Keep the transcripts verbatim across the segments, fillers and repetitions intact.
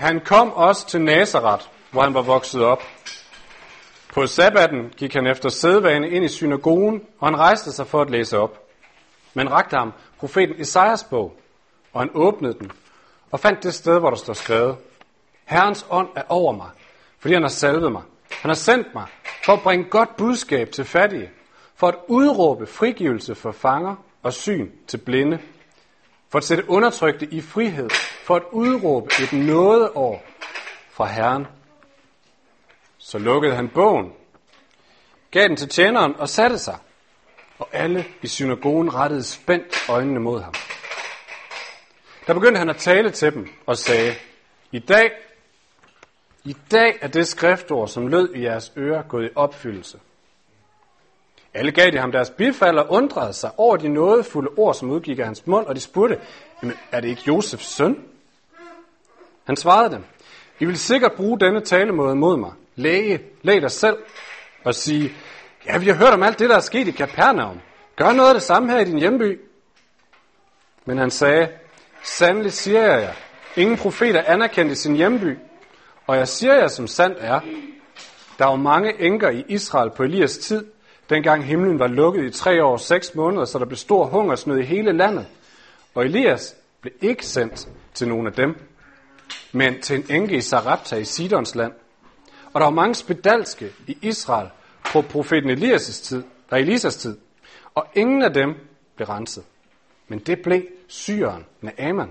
Han kom også til Nazaret, hvor han var vokset op. På sabbaten gik han efter sædvane ind i synagogen, og han rejste sig for at læse op. Man rakte ham profeten Esajas bog, og han åbnede den, og fandt det sted, hvor der står skrevet: Herrens ånd er over mig, fordi han har salvet mig. Han har sendt mig for at bringe godt budskab til fattige, for at udråbe frigivelse for fanger og syn til blinde, for at sætte undertrykte i frihed, for at udråbe et nådeår fra Herren. Så lukkede han bogen, gav den til tjeneren og satte sig, og alle i synagogen rettede spændt øjnene mod ham. Der begyndte han at tale til dem og sagde: I dag, i dag er det skriftord, som lød i jeres ører, gået i opfyldelse. Alle gav de ham deres bifald og undrede sig over de nådefulde ord, som udgik af hans mund, og de spurgte: Jamen, er det ikke Josefs søn? Han svarede dem: I vil sikkert bruge denne talemåde mod mig. Læge, læg dig selv og sige: Ja, vi har hørt om alt det, der er sket i Kapernaum. Gør noget af det samme her i din hjemby. Men han sagde: Sandelig siger jeg jer, ingen profet er anerkendt i sin hjemby. Og jeg siger jer, som sandt er, der var mange enker i Israel på Elias tid, dengang himlen var lukket i tre år og seks måneder, så der blev stor hungersnød i hele landet. Og Elias blev ikke sendt til nogen af dem, men til en enke i Sarepta i Sidons land. Og der var mange spedalske i Israel på profeten Elias' tid, der Elisas tid, og ingen af dem blev renset. Men det blev syreren Naaman.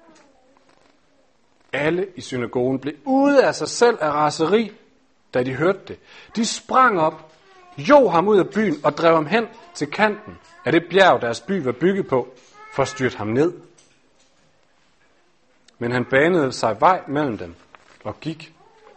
Alle i synagogen blev ude af sig selv af raseri, da de hørte det. De sprang op, jog ham ud af byen og drev ham hen til kanten af det bjerg, deres by var bygget på, for at styrte ham ned. Men han banede sig vej mellem dem og gik.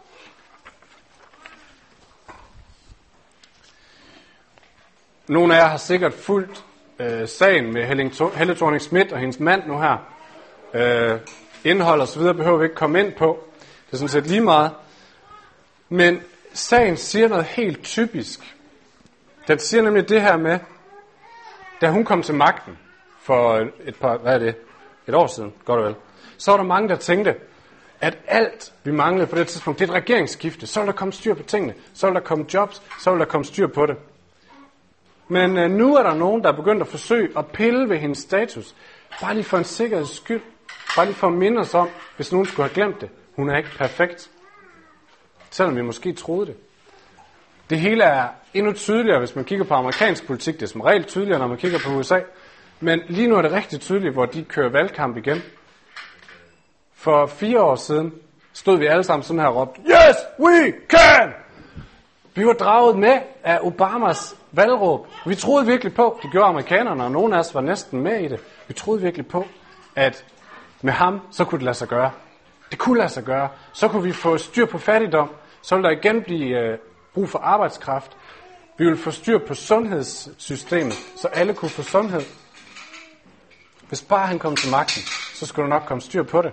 Nogle af jer har sikkert fulgt øh, sagen med Helle Thorning-Schmidt og hendes mand nu her. Øh, indhold og så videre behøver vi ikke komme ind på. Det er sådan set lige meget. Men sagen siger noget helt typisk. Den siger nemlig det her med, da hun kom til magten for et par, hvad er det, et år siden, godt og vel, så var der mange, der tænkte, at alt vi manglede på det tidspunkt, det er et regeringsskifte. Så vil der komme styr på tingene. Så vil der komme jobs. Så vil der komme styr på det. Men øh, nu er der nogen, der er begyndt at forsøge at pille ved hendes status. Bare lige for en sikkerheds skyld. Bare lige for at minde os om, hvis nogen skulle have glemt det. Hun er ikke perfekt. Selvom vi måske troede det. Det hele er endnu tydeligere, hvis man kigger på amerikansk politik. Det er som regel tydeligere, når man kigger på U S A. Men lige nu er det rigtig tydeligt, hvor de kører valgkamp igen. For fire år siden stod vi alle sammen sådan her og råbte: Yes, we can! Vi var draget med af Obamas valgråb. Vi troede virkelig på, det gjorde amerikanerne, og nogle af os var næsten med i det. Vi troede virkelig på, at med ham, så kunne det lade sig gøre. Det kunne lade sig gøre. Så kunne vi få styr på fattigdom. Så ville der igen blive øh, brug for arbejdskraft. Vi ville få styr på sundhedssystemet, så alle kunne få sundhed. Hvis bare han kom til magten, så skulle der nok komme styr på det.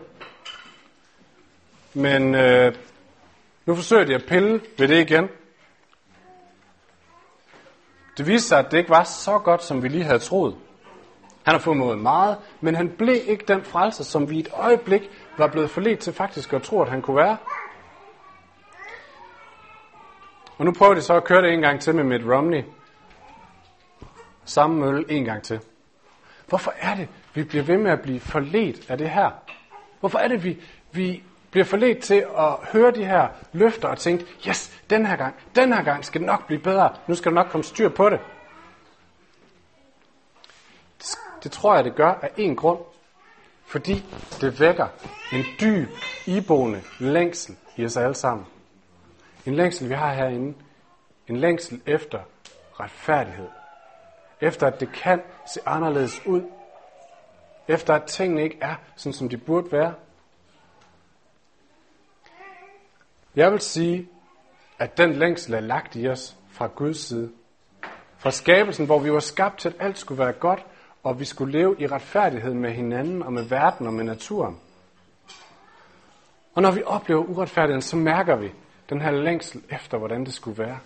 Men øh, nu forsøger de at pille ved det igen. Det viste sig, at det ikke var så godt, som vi lige havde troet. Han har formået meget, men han blev ikke den frelser, som vi i et øjeblik var blevet forledt til faktisk at tro, at han kunne være. Og nu prøver de så at køre det en gang til med Mitt Romney. Samme mølle en gang til. Hvorfor er det, vi bliver ved med at blive forledt af det her? Hvorfor er det, vi, vi bliver forledt til at høre de her løfter og tænke, yes, den her gang, den her gang skal det nok blive bedre. Nu skal der nok komme styr på det. Det, det tror jeg, det gør af én grund. Fordi det vækker en dyb, iboende længsel i os alle sammen. En længsel, vi har herinde. En længsel efter retfærdighed. Efter, at det kan se anderledes ud. Efter, at tingene ikke er, sådan som de burde være. Jeg vil sige, at den længsel er lagt i os fra Guds side. Fra skabelsen, hvor vi var skabt til, at alt skulle være godt, og vi skulle leve i retfærdighed med hinanden og med verden og med naturen. Og når vi oplever uretfærdigheden, så mærker vi den her længsel efter, hvordan det skulle være.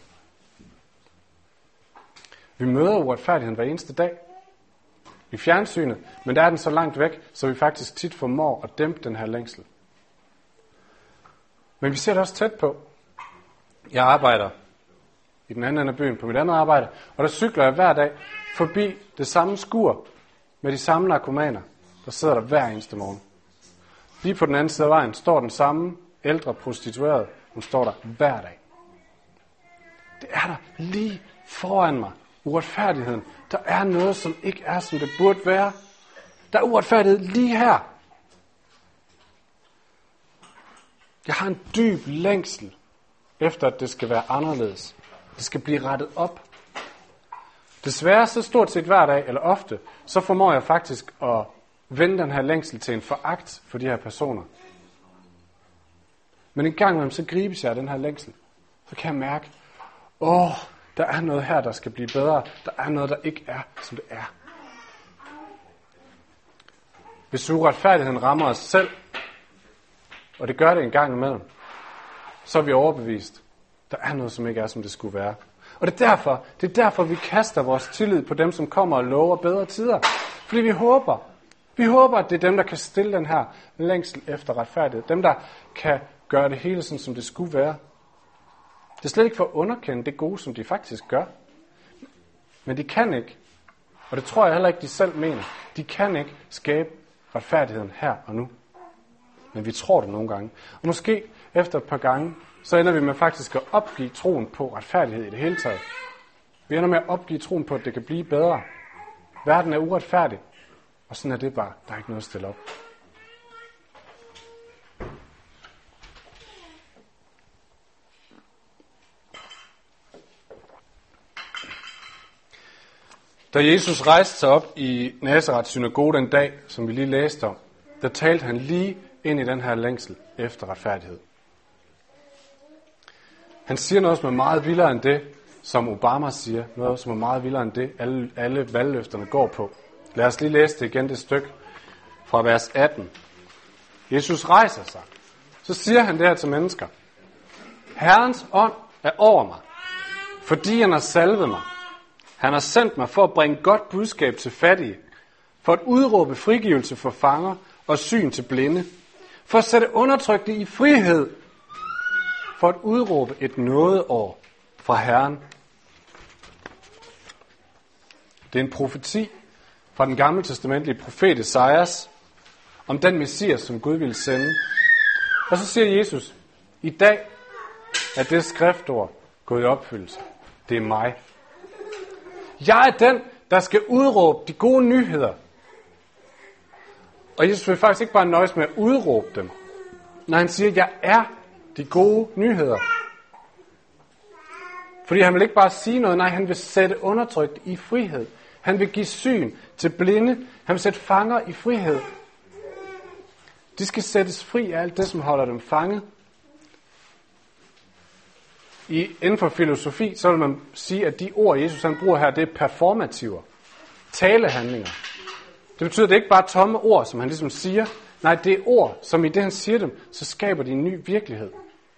Vi møder uretfærdigheden hver eneste dag i fjernsynet, men der er den så langt væk, så vi faktisk tit formår at dæmpe den her længsel. Men vi ser det også tæt på. Jeg arbejder i den anden ende af byen på mit andet arbejde, og der cykler jeg hver dag forbi det samme skur med de samme narkomaner, der sidder der hver eneste morgen. Lige på den anden side af vejen står den samme ældre prostituerede. Hun står der hver dag. Det er der lige foran mig. Uretfærdigheden. Der er noget, som ikke er, som det burde være. Der er uretfærdighed lige her. Jeg har en dyb længsel efter, at det skal være anderledes. Det skal blive rettet op. Desværre så stort set hver dag, eller ofte, så formår jeg faktisk at vende den her længsel til en foragt for de her personer. Men en gang imellem, så gribes jeg af den her længsel. Så kan jeg mærke, åh, der er noget her, der skal blive bedre. Der er noget, der ikke er, som det er. Hvis uretfærdigheden rammer os selv, og det gør det en gang imellem, så er vi overbevist. Der er noget, som ikke er, som det skulle være. Og det er derfor, det er derfor vi kaster vores tillid på dem, som kommer og lover bedre tider. Fordi vi håber, vi håber, at det er dem, der kan stille den her længsel efter retfærdighed. Dem, der kan gøre det hele sådan, som det skulle være. Det er slet ikke for at underkende det gode, som de faktisk gør. Men de kan ikke, og det tror jeg heller ikke, de selv mener, de kan ikke skabe retfærdigheden her og nu. Men vi tror det nogle gange. Og måske efter et par gange, så ender vi med faktisk at opgive troen på retfærdighed i det hele taget. Vi ender med at opgive troen på, at det kan blive bedre. Verden er uretfærdig, og sådan er det bare. Der er ikke noget at stille op. Da Jesus rejste sig op i Nazarets synagoge den dag, som vi lige læste om, der talte han lige ind i den her længsel efter retfærdighed. Han siger noget, som er meget vildere end det, som Obama siger. Noget, som er meget vildere end det, alle, alle valgløfterne går på. Lad os lige læse det igen, det stykke fra vers atten. Jesus rejser sig. Så siger han det her til mennesker. Herrens ånd er over mig, fordi han har salvet mig. Han har sendt mig for at bringe godt budskab til fattige, for at udråbe frigivelse for fanger og syn til blinde, for at sætte undertrykte i frihed, for at udråbe et nådeår fra Herren. Det er en profeti fra den gamle testamentlige profet Esajas om den Messias, som Gud ville sende. Og så siger Jesus, i dag er det skriftord gået i opfyldelse. Det er mig. Jeg er den, der skal udråbe de gode nyheder. Og Jesus vil faktisk ikke bare nøjes med at udråbe dem, når han siger, jeg er de gode nyheder. Fordi han vil ikke bare sige noget, nej, han vil sætte undertrykt i frihed. Han vil give syn til blinde. Han vil sætte fanger i frihed. De skal sættes fri af alt det, som holder dem fanget. I, inden for filosofi, så vil man sige, at de ord, Jesus han bruger her, det er performativer. Talehandlinger. Det betyder, at det ikke bare er tomme ord, som han ligesom siger. Nej, det er ord, som i det, han siger dem, så skaber de en ny virkelighed.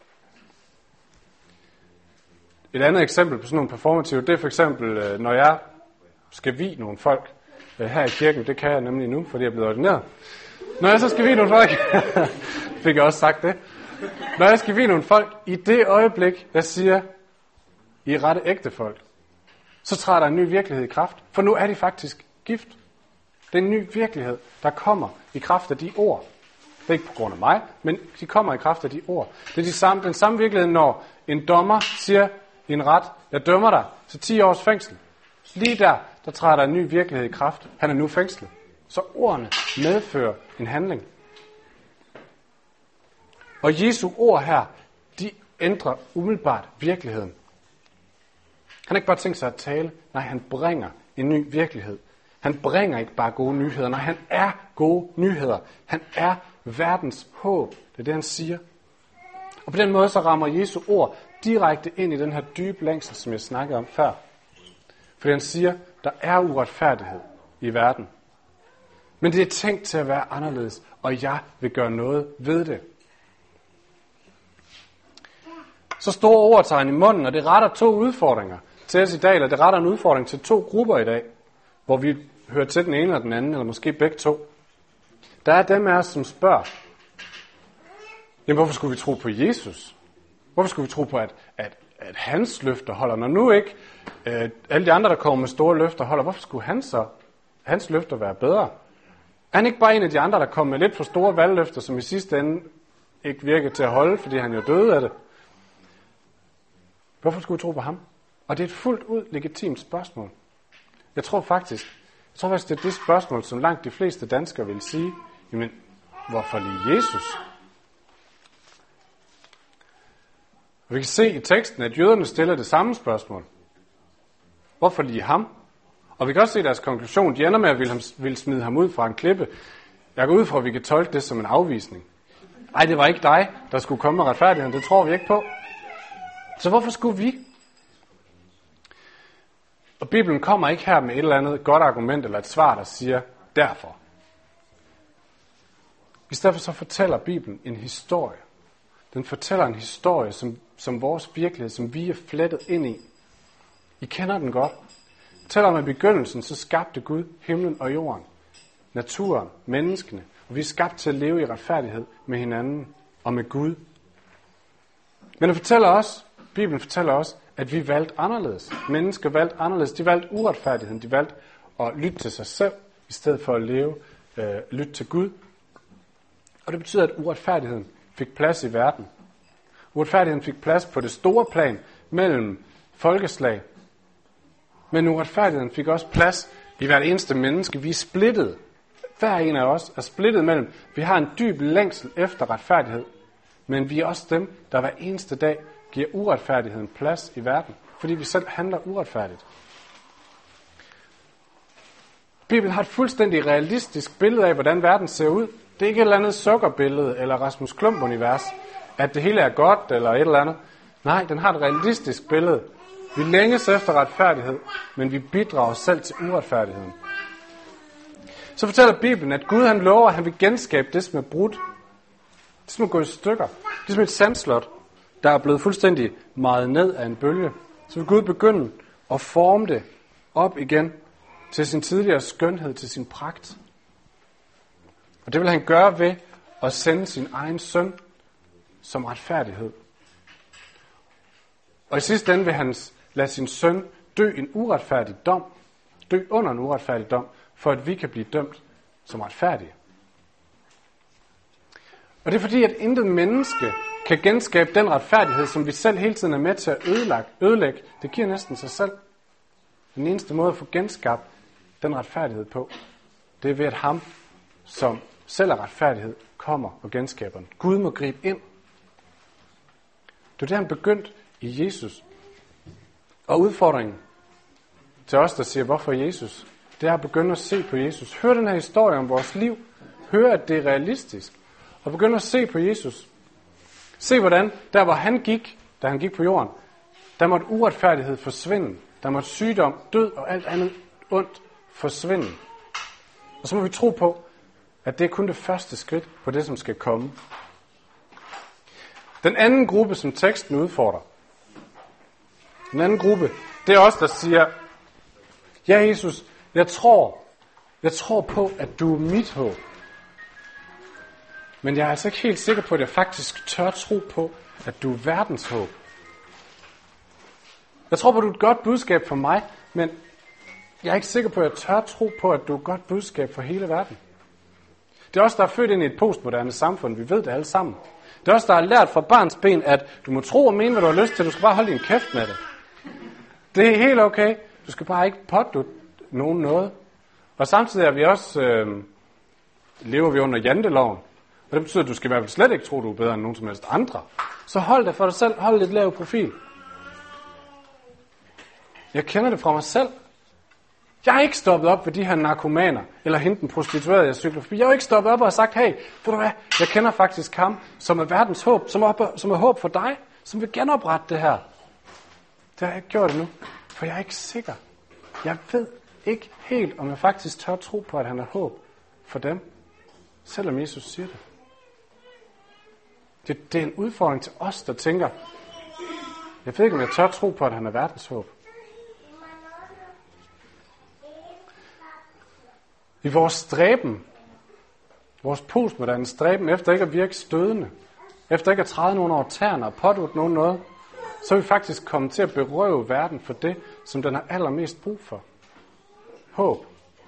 Et andet eksempel på sådan nogle performativer, det er for eksempel, når jeg skal vie nogle folk her i kirken. Det kan jeg nemlig nu, fordi jeg er blevet ordineret. Når jeg så skal vie nogle folk, fik jeg også sagt det. Når jeg skal vie nogle folk, i det øjeblik, jeg siger, I er rette ægte folk, så træder der en ny virkelighed i kraft. For nu er de faktisk gift. Det er en ny virkelighed, der kommer i kraft af de ord. Det er ikke på grund af mig, men de kommer i kraft af de ord. Det er de samme, den samme virkelighed, når en dommer siger i en ret, jeg dømmer dig til ti års fængsel. Lige der, der træder der en ny virkelighed i kraft. Han er nu fængslet. Så ordene medfører en handling. Og Jesu ord her, de ændrer umiddelbart virkeligheden. Han har ikke bare tænkt sig at tale, nej, han bringer en ny virkelighed. Han bringer ikke bare gode nyheder, nej, han er gode nyheder. Han er verdens håb. Det er det, han siger. Og på den måde så rammer Jesu ord direkte ind i den her dybe længsel, som jeg snakkede om før. Fordi han siger, der er uretfærdighed i verden. Men det er tænkt til at være anderledes, og jeg vil gøre noget ved det. Så store ord tager han i munden, og det retter to udfordringer til os i dag, eller det retter en udfordring til to grupper i dag, hvor vi hører til den ene eller den anden, eller måske begge to. Der er dem af os, som spørger, Jamen, hvorfor skulle vi tro på Jesus? Hvorfor skulle vi tro på, at, at, at hans løfter holder? Når nu ikke øh, alle de andre, der kommer med store løfter, holder, hvorfor skulle han så, hans løfter være bedre? Er han ikke bare en af de andre, der kommer med lidt for store valgløfter, som i sidste ende ikke virker til at holde, fordi han jo døde af det? Hvorfor skulle vi tro på ham? Og det er et fuldt ud legitimt spørgsmål. Jeg tror faktisk, jeg tror faktisk, det er det spørgsmål, som langt de fleste danskere vil sige, jamen, hvorfor lige Jesus? Og vi kan se i teksten, at jøderne stiller det samme spørgsmål. Hvorfor lige ham? Og vi kan også se deres konklusion. De ender med at ville, ham, ville smide ham ud fra en klippe. Jeg går ud fra, at vi kan tolke det som en afvisning. Ej, det var ikke dig, der skulle komme med retfærdigheden. Det tror vi ikke på. Så hvorfor skulle vi? Og Bibelen kommer ikke her med et eller andet godt argument eller et svar, der siger derfor. I stedet for så fortæller Bibelen en historie. Den fortæller en historie, som, som vores virkelighed, som vi er flettet ind i. I kender den godt. Den fortæller om, at i begyndelsen så skabte Gud himlen og jorden, naturen, menneskene. Og vi er skabt til at leve i retfærdighed med hinanden og med Gud. Men den fortæller også, Bibelen fortæller også, at vi valgte anderledes. Mennesker valgte anderledes. De valgte uretfærdigheden. De valgte at lytte til sig selv, i stedet for at leve, øh, lytte til Gud. Og det betyder, at uretfærdigheden fik plads i verden. Uretfærdigheden fik plads på det store plan mellem folkeslag. Men uretfærdigheden fik også plads i hvert eneste menneske. Vi er splittet. Hver en af os er splittet mellem. Vi har en dyb længsel efter retfærdighed. Men vi er også dem, der hver eneste dag giver uretfærdigheden plads i verden. Fordi vi selv handler uretfærdigt. Bibelen har et fuldstændig realistisk billede af, hvordan verden ser ud. Det er ikke et eller andet sukkerbillede eller Rasmus Klump-univers, at det hele er godt eller et eller andet. Nej, den har et realistisk billede. Vi længes efter retfærdighed, men vi bidrager selv til uretfærdigheden. Så fortæller Bibelen, at Gud han lover, at han vil genskabe det, som er brudt. Det som er gået i stykker. Det som et sandslot, der er blevet fuldstændig meget ned af en bølge. Så vil Gud begynde at forme det op igen til sin tidligere skønhed, til sin pragt. Og det vil han gøre ved at sende sin egen søn som retfærdighed. Og i sidste ende vil han lade sin søn dø en uretfærdig dom, dø under en uretfærdig dom, for at vi kan blive dømt som retfærdige. Og det er fordi, at intet menneske kan genskabe den retfærdighed, som vi selv hele tiden er med til at ødelægge. ødelægge. Det giver næsten sig selv. Den eneste måde at få genskabt den retfærdighed på, det er ved at ham, som selv er retfærdighed, kommer og genskaber den. Gud må gribe ind. Det er det, han begyndt i Jesus. Og udfordringen til os, der siger, hvorfor Jesus, det er at begynde at se på Jesus. Hør den her historie om vores liv. Hør, at det er realistisk. Og begynde at se på Jesus. Se, hvordan der, hvor han gik, da han gik på jorden, der måtte uretfærdighed forsvinde. Der måtte sygdom, død og alt andet ondt forsvinde. Og så må vi tro på, at det er kun det første skridt på det, som skal komme. Den anden gruppe, som teksten udfordrer, den anden gruppe, det er os, der siger, ja Jesus, jeg tror, jeg tror på, at du er mit håb. Men jeg er altså ikke helt sikker på, at jeg faktisk tør tro på, at du er verdens håb. Jeg tror på, at du er et godt budskab for mig, men jeg er ikke sikker på, at jeg tør tro på, at du er et godt budskab for hele verden. Det er også der er født ind i et postmoderne samfund. Vi ved det alle sammen. Det er også der er lært fra barns ben, at du må tro og mene, hvad du har lyst til. Du skal bare holde din kæft med det. Det er helt okay. Du skal bare ikke pådutte nogen noget. Og samtidig er vi også, øh, lever vi under janteloven. Og det betyder, at du skal i hvert fald slet ikke tro, du er bedre end nogen som helst andre. Så hold det for dig selv. Hold lidt lav profil. Jeg kender det fra mig selv. Jeg har ikke stoppet op ved de her narkomaner, eller hende den prostituerede, jeg cykler forbi. Jeg har ikke stoppet op og sagt, hey, ved du hvad, jeg kender faktisk ham, som er verdens håb, som er, som er håb for dig, som vil genoprette det her. Det har jeg ikke gjort endnu, for jeg er ikke sikker. Jeg ved ikke helt, om jeg faktisk tør tro på, at han er håb for dem, selvom Jesus siger det. Det, det er en udfordring til os, der tænker, jeg ved ikke, om jeg tør tro på, at han er verdens håb. I vores stræben, vores postmoderne stræben efter ikke at virke stødende, efter ikke at træde nogen over tæerne og pådutte nogen noget, så er vi faktisk kommet til at berøve verden for det, som den har allermest brug for. Håb.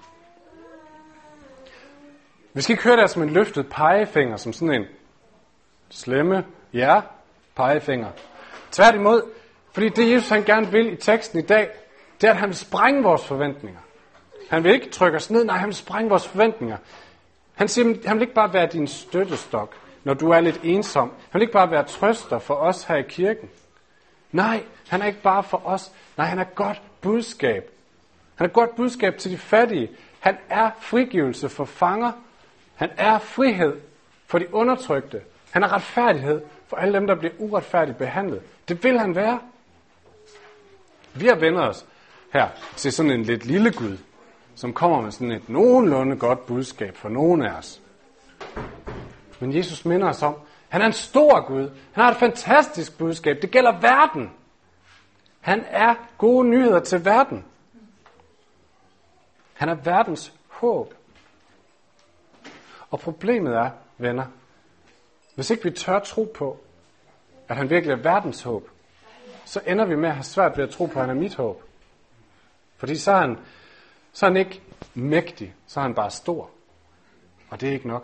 Vi skal ikke høre det som en løftet pegefinger, som sådan en slemme, ja, pegefinger. Tværtimod, fordi det Jesus han gerne vil i teksten i dag, det er, at han vil sprænge vores forventninger. Han vil ikke trykke os ned, nej, han vil sprænge vores forventninger. Han siger, han vil ikke bare være din støttestok, når du er lidt ensom. Han vil ikke bare være trøster for os her i kirken. Nej, han er ikke bare for os. Nej, han er godt budskab. Han er godt budskab til de fattige. Han er frigivelse for fanger. Han er frihed for de undertrykte. Han er retfærdighed for alle dem, der bliver uretfærdigt behandlet. Det vil han være. Vi har vendt os her til sådan en lidt lille Gud, som kommer med sådan et nogenlunde godt budskab for nogen af os. Men Jesus minder os om, han er en stor Gud. Han har et fantastisk budskab. Det gælder verden. Han er gode nyheder til verden. Han er verdens håb. Og problemet er, venner, hvis ikke vi tør tro på, at han virkelig er verdens håb, så ender vi med at have svært ved at tro på, at han er mit håb. Fordi så er han, så er han ikke mægtig, så er han bare stor. Og det er ikke nok.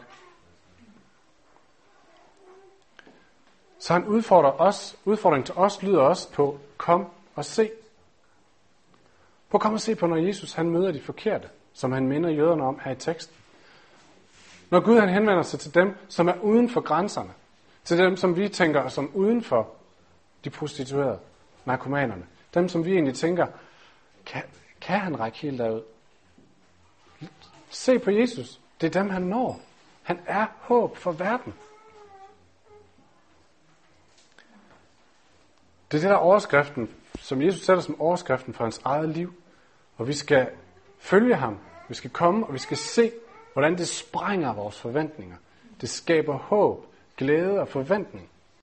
Så han udfordrer os, udfordringen til os lyder også på, kom og se. Prøv at komme og se på, når Jesus han møder de forkerte, som han minder jøderne om her i teksten. Når Gud han henvender sig til dem, som er uden for grænserne. Til dem, som vi tænker som uden for de prostituerede, narkomanerne. Dem, som vi egentlig tænker, kan, kan han række helt derud? Se på Jesus. Det er dem, han når. Han er håb for verden. Det er det der overskriften, som Jesus sætter som overskriften for hans eget liv. Og vi skal følge ham. Vi skal komme, og vi skal se, hvordan det sprænger vores forventninger. Det skaber håb, glæde og forventning.